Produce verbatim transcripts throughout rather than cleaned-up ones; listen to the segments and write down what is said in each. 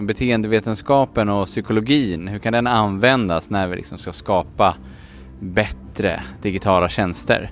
beteendevetenskapen och psykologin, hur kan den användas när vi liksom ska skapa bättre digitala tjänster?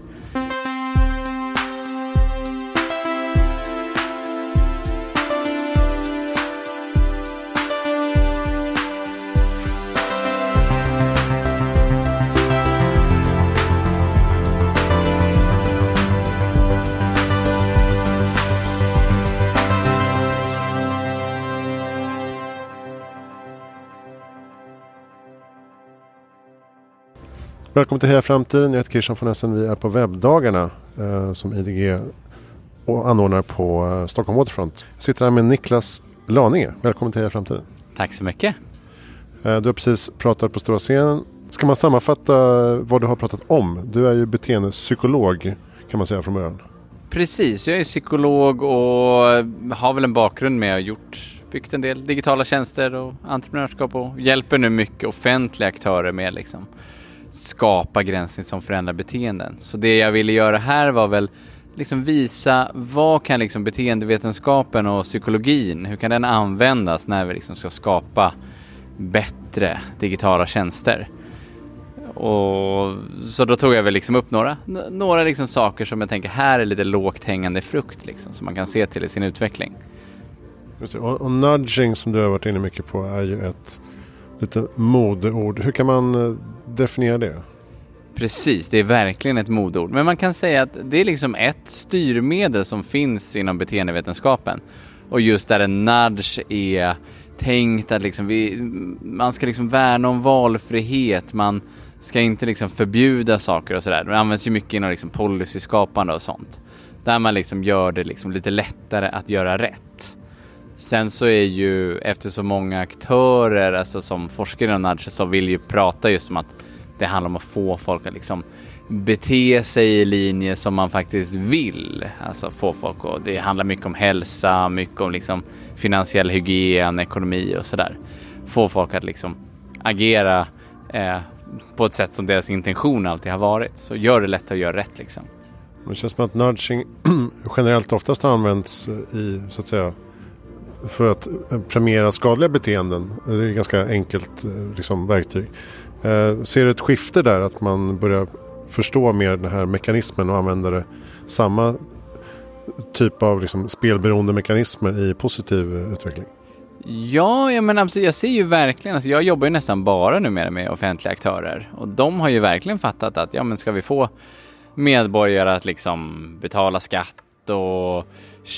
Välkommen till Heja Framtiden. Jag heter Christian von Essen. Vi är på webbdagarna eh, som I D G och anordnar på eh, Stockholm Waterfront. Jag sitter här med Niklas Laninge. Välkommen till Heja Framtiden. Tack så mycket. Eh, du har precis pratat på stora scenen. Ska man sammanfatta vad du har pratat om? Du är ju beteendepsykolog kan man säga från början. Precis, jag är psykolog och har väl en bakgrund med att ha gjort byggt en del digitala tjänster och entreprenörskap och hjälper nu mycket offentliga aktörer med liksom skapa gränssnitt som förändrar beteenden. Så det jag ville göra här var väl liksom visa vad kan liksom beteendevetenskapen och psykologin, hur kan den användas när vi liksom ska skapa bättre digitala tjänster. Och så då tog jag väl liksom upp några några liksom saker som jag tänker här är lite lågt hängande frukt liksom, som man kan se till i sin utveckling. Just det. Och, och nudging som du har varit inne mycket på är ju ett lite modeord. Hur kan man definiera det? Precis, det är verkligen ett modeord. Men man kan säga att det är liksom ett styrmedel som finns inom beteendevetenskapen. Och just där en nudge är tänkt att liksom vi, man ska liksom värna om valfrihet. Man ska inte liksom förbjuda saker och sådär. Det används ju mycket inom liksom policyskapande och sånt. Där man liksom gör det liksom lite lättare att göra rätt. Sen så är ju, efter så många aktörer, alltså som forskare och nudge, så vill ju prata just om att det handlar om att få folk att liksom bete sig i linje som man faktiskt vill. Alltså få folk, och det handlar mycket om hälsa, mycket om liksom finansiell hygien, ekonomi och sådär. Få folk att liksom agera eh, på ett sätt som deras intention alltid har varit. Så gör det lätt att göra rätt liksom. Det känns som att nudging generellt oftast används i, så att säga, för att premiera skadliga beteenden. Det är ett ganska enkelt liksom, verktyg. Eh, ser du ett skifte där att man börjar förstå mer den här mekanismen och använder det, samma typ av liksom, spelberoende mekanismer i positiv utveckling? Ja, jag, men absolut, jag ser ju verkligen, alltså jag jobbar ju nästan bara numera med offentliga aktörer och de har ju verkligen fattat att ja, men ska vi få medborgare att liksom betala skatt och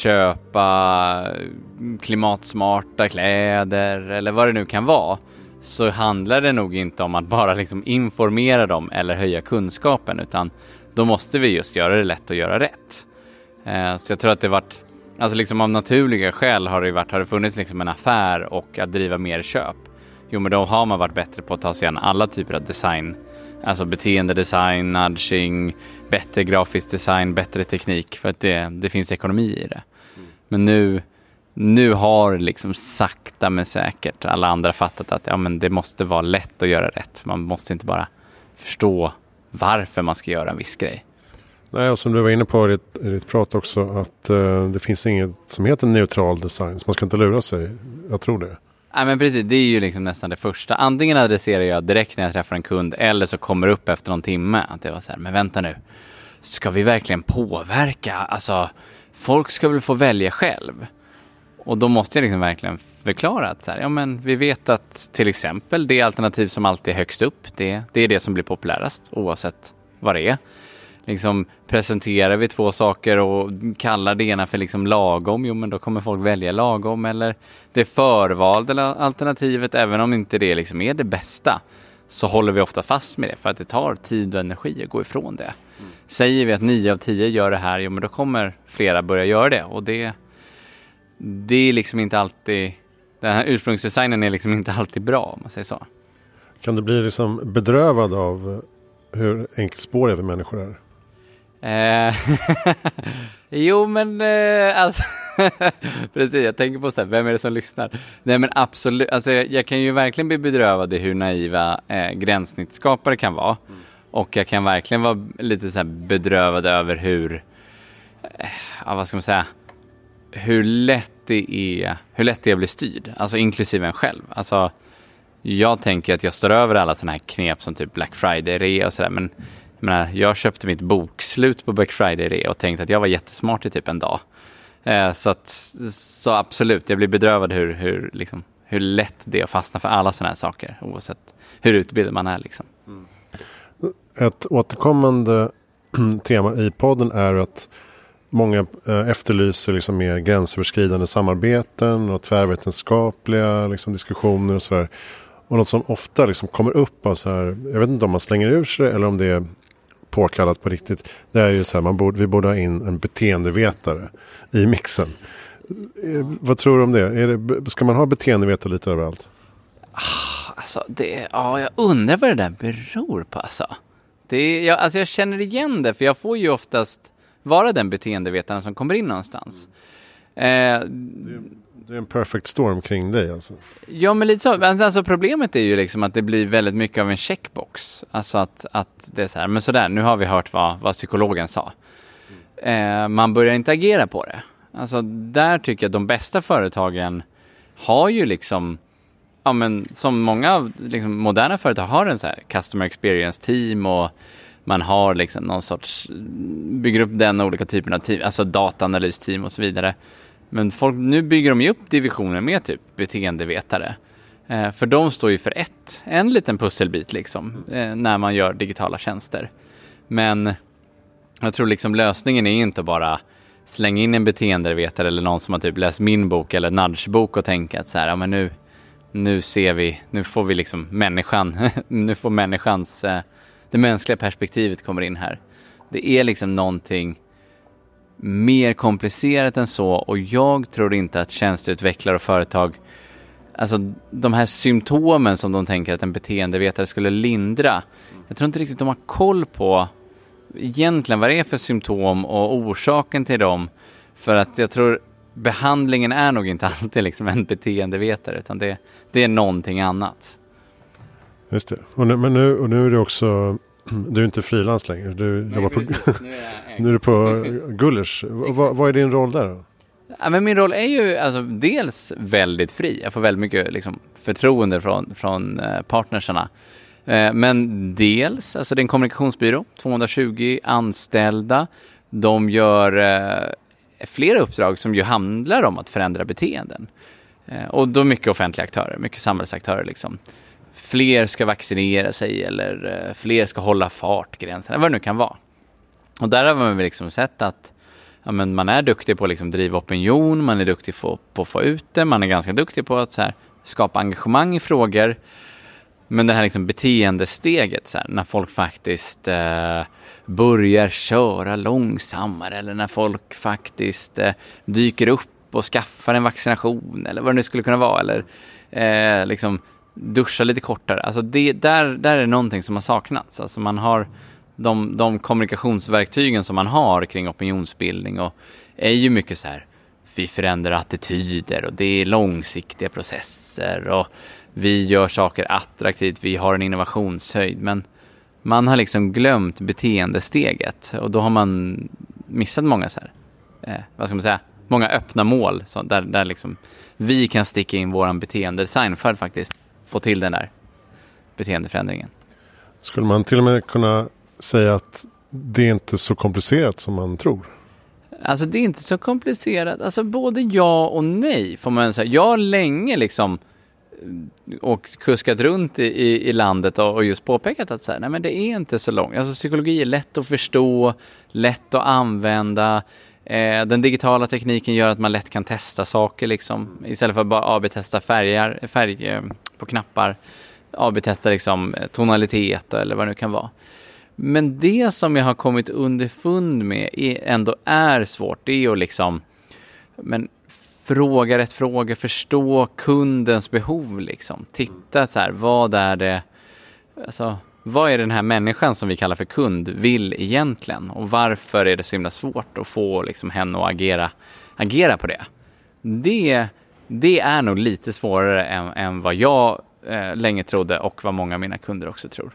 köpa klimatsmarta kläder eller vad det nu kan vara, så handlar det nog inte om att bara liksom informera dem eller höja kunskapen, utan då måste vi just göra det lätt att göra rätt. Eh, så jag tror att det varit, alltså liksom av naturliga skäl har det varit, har det funnits liksom en affär och att driva mer köp. Jo, men då har man varit bättre på att ta sig an alla typer av design. Alltså beteendedesign, nudging, bättre grafisk design, bättre teknik, för att det, det finns ekonomi i det. Mm. Men nu, nu har liksom sakta men säkert alla andra fattat att ja, men det måste vara lätt att göra rätt. Man måste inte bara förstå varför man ska göra en viss grej. Nej, och som du var inne på i ditt, i ditt prat också, att uh, det finns inget som heter neutral design, så man ska inte lura sig. Jag tror det. Nej, men precis, det är ju liksom nästan det första. Antingen adresserar jag direkt när jag träffar en kund, eller så kommer det upp efter någon timme att det var så här, men vänta nu, ska vi verkligen påverka? Alltså, folk ska väl få välja själv. Och då måste jag liksom verkligen förklara att så här, ja, men vi vet att till exempel det alternativ som alltid är högst upp, det, det är det som blir populärast oavsett vad det är. Liksom presenterar vi två saker och kallar det ena för liksom lagom, jo men då kommer folk välja lagom, eller det förvalda alternativet, även om inte det liksom är det bästa, så håller vi ofta fast med det för att det tar tid och energi att gå ifrån det. Mm. Säger vi att nio av tio gör det här, jo men då kommer flera börja göra det, och det det är liksom inte alltid, den här ursprungsdesignen är liksom inte alltid bra, om man säger så. Kan du bli liksom bedrövad av hur enkelspåriga människor är? Eh, jo men eh, alltså precis, jag tänker på så här, vem är det som lyssnar? Nej men absolut, alltså jag, jag kan ju verkligen bli bedrövad i hur naiva eh, gränssnittskapare kan vara. Mm. Och jag kan verkligen vara lite så här bedrövad över hur eh, ja, vad ska man säga, hur lätt det är, hur lätt det är att bli styrd. Alltså inklusive en själv. Alltså jag tänker att jag står över alla sådana här knep som typ Black Friday-rea och sådär. Men jag menar, jag köpte mitt bokslut på Black Friday-rea och tänkte att jag var jättesmart i typ en dag. Eh, så, att, så absolut, jag blir bedrövad hur, hur, liksom, hur lätt det är att fastna för alla sådana här saker. Oavsett hur utbildad man är. Liksom. Mm. Ett återkommande tema i podden är att många eh, efterlyser liksom mer gränsöverskridande samarbeten och tvärvetenskapliga liksom, diskussioner och sådär. Och något som ofta liksom kommer upp av så här, jag vet inte om man slänger ur sig det eller om det är påkallat på riktigt. Det är ju så här, man borde, vi borde ha in en beteendevetare i mixen. Eh, vad tror du om det? Är det? Ska man ha beteendevetare lite överallt? Ah, alltså, det, ja, jag undrar vad det där beror på. Alltså. Det, jag, alltså jag känner igen det, för jag får ju oftast vara den beteendevetaren som kommer in någonstans. Mm. Eh, det, det är en perfect storm kring dig alltså. Ja, men lite så. Alltså, problemet är ju liksom att det blir väldigt mycket av en checkbox. Alltså att, att det är så här, men sådär, nu har vi hört vad, vad psykologen sa. Mm. Eh, man börjar inte agera på det. Alltså där tycker jag att de bästa företagen har ju liksom, ja men som många liksom, moderna företag har en så här customer experience team och man har liksom någon sorts, bygger upp den olika typen av team, alltså dataanalysteam och så vidare. Men folk, nu bygger de ju upp divisioner med typ beteendevetare. Eh, för de står ju för ett, en liten pusselbit liksom, eh, när man gör digitala tjänster. Men jag tror liksom lösningen är inte bara slänga in en beteendevetare eller någon som har typ läst min bok eller nudgebok och tänka att så här, ja men nu, nu ser vi, nu får vi liksom människan, nu får människans, eh, det mänskliga perspektivet kommer in här. Det är liksom någonting mer komplicerat än så, och jag tror inte att tjänsteutvecklare och företag, alltså de här symptomen som de tänker att en beteendevetare skulle lindra, jag tror inte riktigt de har koll på egentligen vad det är för symptom och orsaken till dem, för att jag tror behandlingen är nog inte alltid liksom en beteendevetare, utan det, det är någonting annat. Just det. Och nu, men nu, och nu är det också, du är inte frilans längre. Du Nej, jobbar på, nu, är nu är du på Gullers. vad, vad är din roll där då? Ja, men min roll är ju alltså, dels väldigt fri. Jag får väldigt mycket liksom, förtroende från, från eh, partnersarna. Eh, men dels, alltså det är en kommunikationsbyrå, tvåhundratjugo anställda. De gör eh, flera uppdrag som ju handlar om att förändra beteenden. Eh, och då mycket offentliga aktörer, mycket samhällsaktörer liksom. Fler ska vaccinera sig eller eh, fler ska hålla fartgränserna, vad det nu kan vara. Och där har man väl liksom sett att ja, men man är duktig på att liksom driva opinion, man är duktig på, på att få ut det, man är ganska duktig på att så här, skapa engagemang i frågor. Men det här liksom beteendesteget, så här, när folk faktiskt eh, börjar köra långsammare eller när folk faktiskt eh, dyker upp och skaffar en vaccination eller vad det nu skulle kunna vara, eller eh, liksom duscha lite kortare. Alltså det, där, där är någonting som har saknats. Alltså man har de, de kommunikationsverktygen som man har kring opinionsbildning och är ju mycket så här, vi förändrar attityder och det är långsiktiga processer och vi gör saker attraktivt, vi har en innovationshöjd, men man har liksom glömt beteendesteget och då har man missat många så här, eh, vad ska man säga, många öppna mål så där, där liksom vi kan sticka in våran beteendedesign för att faktiskt få till den där beteendeförändringen. Skulle man till och med kunna säga att det är inte så komplicerat som man tror? Alltså det är inte så komplicerat. Alltså både ja och nej får man säga. Jag har länge liksom och kuskat runt i, i, i landet och, och just påpekat att så här, nej men det är inte så långt. Alltså psykologi är lätt att förstå, lätt att använda. Eh, den digitala tekniken gör att man lätt kan testa saker liksom. Istället för att bara A B-testa färger, färg eh, på knappar. A B-testa liksom tonalitet eller vad det nu kan vara. Men det som jag har kommit underfund med är, ändå är svårt, det är att liksom men fråga rätt frågor, förstå kundens behov liksom. Titta så här, vad är det, alltså vad är den här människan som vi kallar för kund vill egentligen och varför är det så himla svårt att få liksom henne att agera, agera på det. Det, det är nog lite svårare än, än vad jag eh, länge trodde och vad många av mina kunder också tror.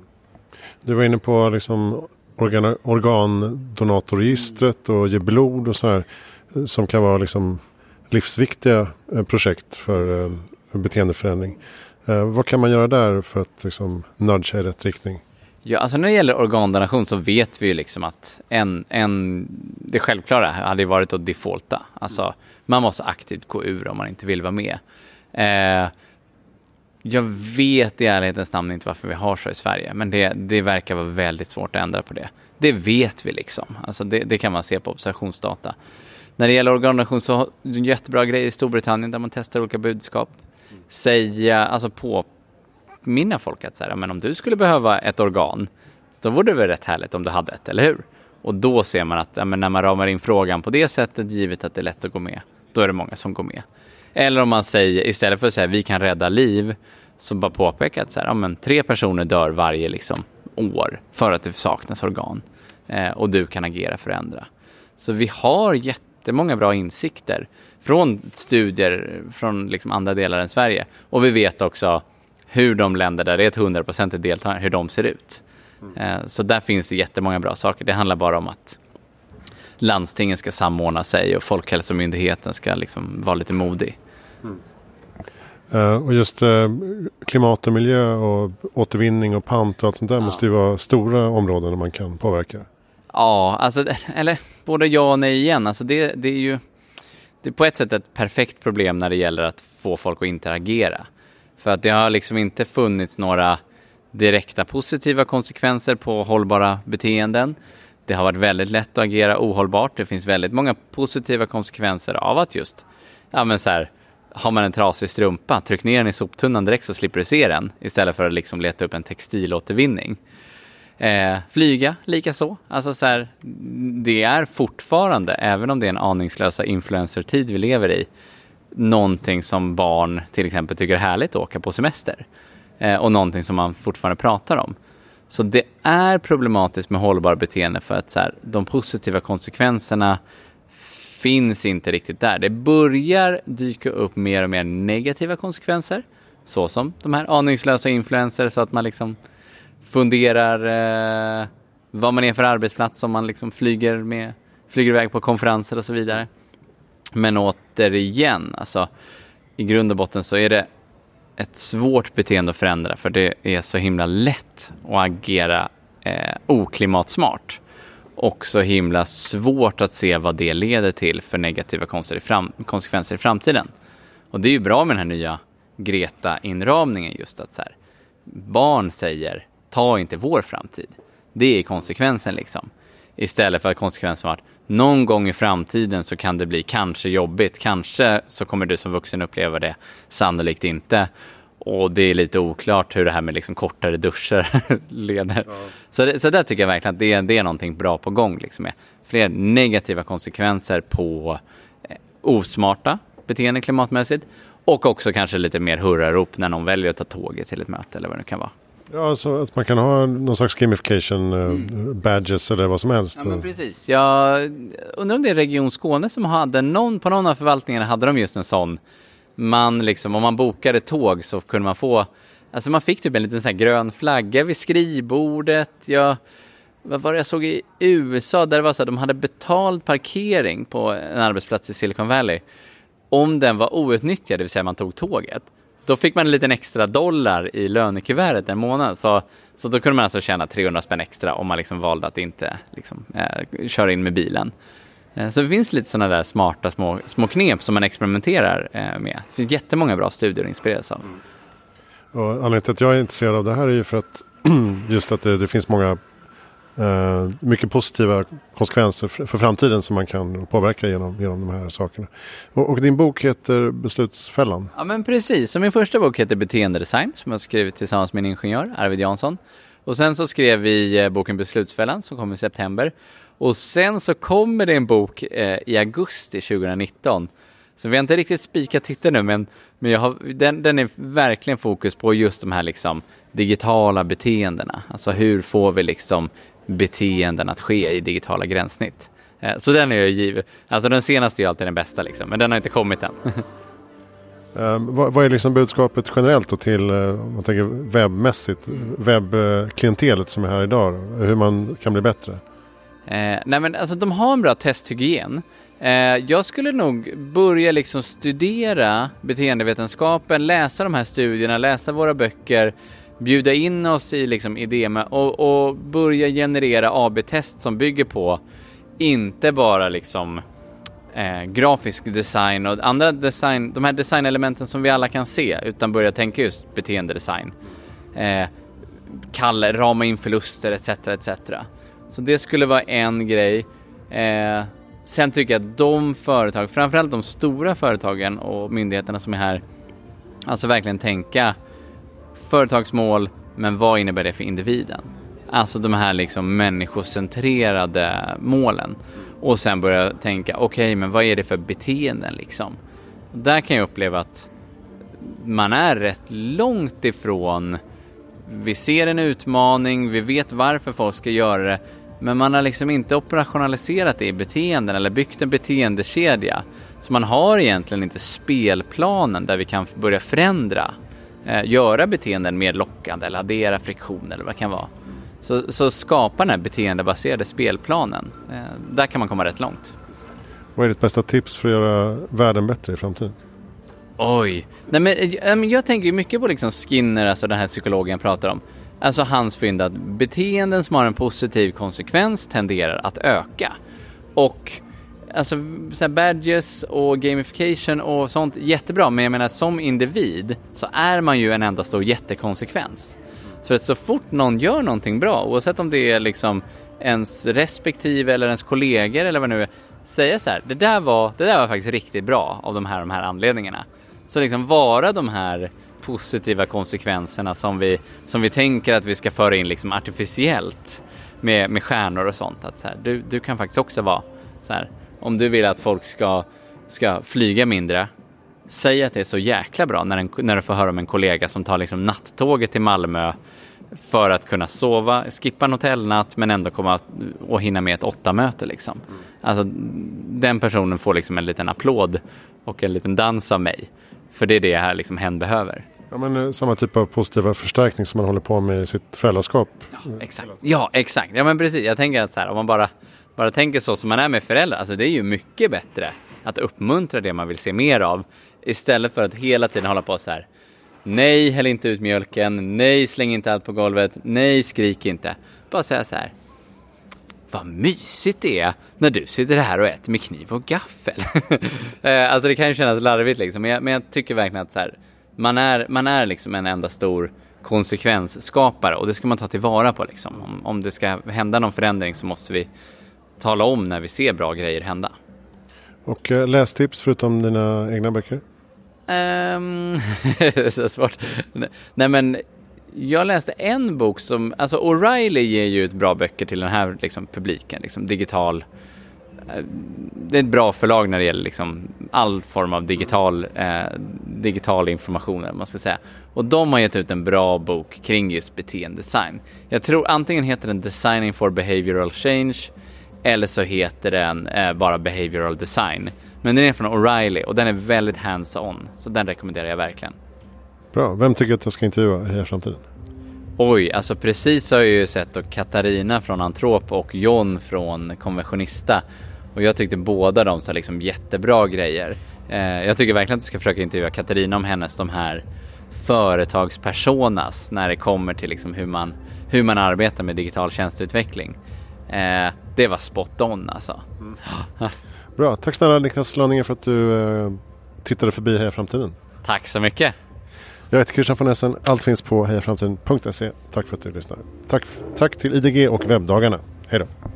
Du var inne på liksom organ, organdonatorregistret och ge blod och så här. som kan vara liksom livsviktiga projekt för beteendeförändring. Vad kan man göra där för att liksom nudga i rätt riktning? Ja, alltså när det gäller organdonation så vet vi ju liksom att en, en, det självklara hade varit att defaulta. Alltså man måste aktivt gå ur om man inte vill vara med. Eh, jag vet i ärlighetens namn inte varför vi har så i Sverige, men det, det verkar vara väldigt svårt att ändra på det. Det vet vi liksom. Alltså det, det kan man se på observationsdata. När det gäller organdonation så har det en jättebra grej i Storbritannien där man testar olika budskap. Säga, alltså på mina folk att så här, men om du skulle behöva ett organ så vore det väl rätt härligt om du hade ett, eller hur? Och då ser man att ja, men när man ramar in frågan på det sättet, givet att det är lätt att gå med, då är det många som går med. Eller om man säger, istället för att säga vi kan rädda liv, så bara påpeka att så här, ja, men tre personer dör varje liksom, år för att det saknas organ. Eh, och du kan agera för att ändra. Så vi har jättemånga bra insikter från studier från liksom andra delar än Sverige. Och vi vet också hur de länder där det är ett hundra procent deltagare, hur de ser ut. Mm. Så där finns det jättemånga bra saker. Det handlar bara om att landstingen ska samordna sig och Folkhälsomyndigheten ska liksom vara lite modig. Mm. Uh, och just uh, klimat och miljö och återvinning och pant och allt sånt där ja. måste ju vara stora områden där man kan påverka. Ja, alltså, eller både ja och nej igen. Alltså det, det är ju det är på ett sätt ett perfekt problem när det gäller att få folk att interagera. För att det har liksom inte funnits några direkta positiva konsekvenser på hållbara beteenden. Det har varit väldigt lätt att agera ohållbart. Det finns väldigt många positiva konsekvenser av att just, ja men så här, har man en trasig strumpa, tryck ner den i soptunnan direkt så slipper du se den. Istället för att liksom leta upp en textilåtervinning. Eh, flyga, lika så. Alltså så här, det är fortfarande, även om det är en aningslösa influencer-tid vi lever i, någonting som barn till exempel tycker är härligt att åka på semester. Eh, och någonting som man fortfarande pratar om. Så det är problematiskt med hållbar beteende för att så här, de positiva konsekvenserna finns inte riktigt där. Det börjar dyka upp mer och mer negativa konsekvenser. Så som de här aningslösa influencer, så att man liksom funderar eh, vad man är för arbetsplats om man liksom flyger, med, flyger iväg på konferenser och så vidare. Men återigen, alltså, i grund och botten så är det ett svårt beteende att förändra, för det är så himla lätt att agera eh, oklimatsmart och så himla svårt att se vad det leder till för negativa konsekvenser i framtiden. Och det är ju bra med den här nya Greta-inramningen, just att så här, barn säger ta inte vår framtid. Det är konsekvensen liksom. Istället för att konsekvensen var att någon gång i framtiden så kan det bli kanske jobbigt. Kanske så kommer du som vuxen uppleva det. Sannolikt inte. Och det är lite oklart hur det här med liksom kortare duscher leder. Ja. Så, det, så där tycker jag verkligen att det är, det är någonting bra på gång. Liksom, med fler negativa konsekvenser på eh, osmarta beteenden klimatmässigt. Och också kanske lite mer hurrarop när någon väljer att ta tåget till ett möte eller vad det kan vara. Ja, så att man kan ha någon slags gamification, mm. badges eller vad som helst. Ja, men precis. Jag undrar om det är Region Skåne som hade någon, på någon av förvaltningarna hade de just en sån. Man liksom, om man bokade tåg så kunde man få, alltså man fick typ en liten sån här grön flagga vid skrivbordet. Jag, vad var det jag såg i U S A där det var så att de hade betald parkering på en arbetsplats i Silicon Valley. Om den var outnyttjad, det vill säga man tog tåget, då fick man en liten extra dollar i lönekuvertet en månad. Så, så då kunde man alltså tjäna trehundra spänn extra om man liksom valde att inte liksom, eh, köra in med bilen. Eh, så det finns lite sådana där smarta små, små knep som man experimenterar eh, med. Det finns jättemånga bra studier att inspireras av. Mm. Och anledningen till att jag är intresserad av det här är ju för att just att det, det finns många Uh, mycket positiva konsekvenser för, för framtiden som man kan påverka genom, genom de här sakerna. Och, och din bok heter Beslutsfällan. Ja, men precis. Så min första bok heter Beteendedesign, som jag skrivit tillsammans med en ingenjör, Arvid Jansson. Och sen så skrev vi boken Beslutsfällan som kom i september. Och sen så kommer det en bok eh, i augusti tjugonitton. Så vi har inte riktigt spikat titeln nu, men, men jag har, den, den är verkligen fokus på just de här liksom digitala beteendena. Alltså hur får vi liksom beteenden att ske i digitala gränssnitt. Så den är jag giv. Alltså den senaste är ju alltid den bästa liksom, men den har inte kommit än. um, vad, vad är liksom budskapet generellt då till uh, man tänker webbmässigt, webbklientelet som är här idag då? Hur man kan bli bättre? Eh, nej men alltså de har en bra testhygien. Eh, jag skulle nog börja liksom studera beteendevetenskapen, läsa de här studierna, läsa våra böcker, bjuda in oss i liksom idéer och, och börja generera A B-test som bygger på inte bara liksom eh, grafisk design och andra design, de här designelementen som vi alla kan se, utan börja tänka just beteendedesign. Eh, kalla, rama in förluster et cetera et cetera. Så det skulle vara en grej. Eh, sen tycker jag att de företag, framförallt de stora företagen och myndigheterna som är här, alltså verkligen tänka företagsmål, men vad innebär det för individen? Alltså de här liksom människocentrerade målen. Och sen börja tänka, okej, okay, men vad är det för beteenden liksom? Och där kan jag uppleva att man är rätt långt ifrån. Vi ser en utmaning, vi vet varför folk ska göra det, men man har liksom inte operationaliserat det i beteenden eller byggt en beteendekedja. Så man har egentligen inte spelplanen där vi kan börja förändra, eh, göra beteenden mer lockande eller addera friktion eller vad det kan vara. Så, så skapa den här beteendebaserade spelplanen. Eh, där kan man komma rätt långt. Vad är ditt bästa tips för att göra världen bättre i framtiden? Oj. Nej, men, jag tänker ju mycket på liksom Skinner, alltså den här psykologen pratar om. Alltså hans fynd att beteenden som har en positiv konsekvens tenderar att öka. Och alltså så här badges och gamification och sånt, jättebra. Men jag menar, som individ så är man ju en enda stor jättekonsekvens. Så att så fort någon gör någonting bra, oavsett om det är liksom ens respektive eller ens kollegor eller vad nu är, säga så här, det där var, det där var faktiskt riktigt bra av de här, de här anledningarna. Så liksom vara de här positiva konsekvenserna som vi, som vi tänker att vi ska föra in liksom artificiellt med, med stjärnor och sånt. Att så här, du, du kan faktiskt också vara så här, om du vill att folk ska, ska flyga mindre, säg att det är så jäkla bra när, en, när du får höra om en kollega som tar liksom nattåget till Malmö för att kunna sova, skippa en hotellnatt men ändå komma och hinna med ett åtta möte liksom. Mm. Alltså den personen får liksom en liten applåd och en liten dans av mig. För det är det här liksom hen behöver. Ja, men samma typ av positiva förstärkning som man håller på med i sitt föräldraskap. Ja, exakt. Ja, exakt. Ja, men precis. Jag tänker att så här, om man bara, bara tänker så som man är med föräldrar, alltså det är ju mycket bättre att uppmuntra det man vill se mer av istället för att hela tiden hålla på så här. Nej, häll inte ut mjölken. Nej, släng inte allt på golvet. Nej, skrik inte. Bara säga så här. Vad mysigt det är när du sitter här och äter med kniv och gaffel. Alltså det kan ju kännas larvigt liksom. Men jag, men jag tycker verkligen att så här, man är, man är liksom en enda stor konsekvensskapare. Och det ska man ta tillvara på liksom. Om, om det ska hända någon förändring så måste vi tala om när vi ser bra grejer hända. Och äh, lästips förutom dina egna böcker? Um, det är så svårt. Nej men jag läste en bok som, alltså O'Reilly ger ju ett bra böcker till den här liksom, publiken, liksom digital. Det är ett bra förlag när det gäller liksom all form av digital, eh, digital information, man ska säga. Och de har gett ut en bra bok kring just beteendedesign. Jag tror antingen heter den Designing for Behavioral Change eller så heter den eh, bara Behavioral Design. Men den är från O'Reilly och den är väldigt hands-on. Så den rekommenderar jag verkligen. Bra. Vem tycker att jag ska intervjua här i framtiden? Oj, alltså precis har jag ju sett och Katarina från Antrop och John från Konventionista. Och jag tyckte båda de sa liksom jättebra grejer. Eh, jag tycker verkligen att du ska försöka intervjua Katarina om hennes de här företagspersonas när det kommer till liksom hur man, hur man arbetar med digital tjänsteutveckling. Eh, det var spot on alltså. Mm. Bra, tack snälla Niklas Lanninger för att du eh, tittade förbi Heja Framtiden. Tack så mycket. Jag heter Christian von Essen. Allt finns på hejaframtiden punkt se. Tack för att du lyssnar. Tack, tack till I D G och webbdagarna. Hej då.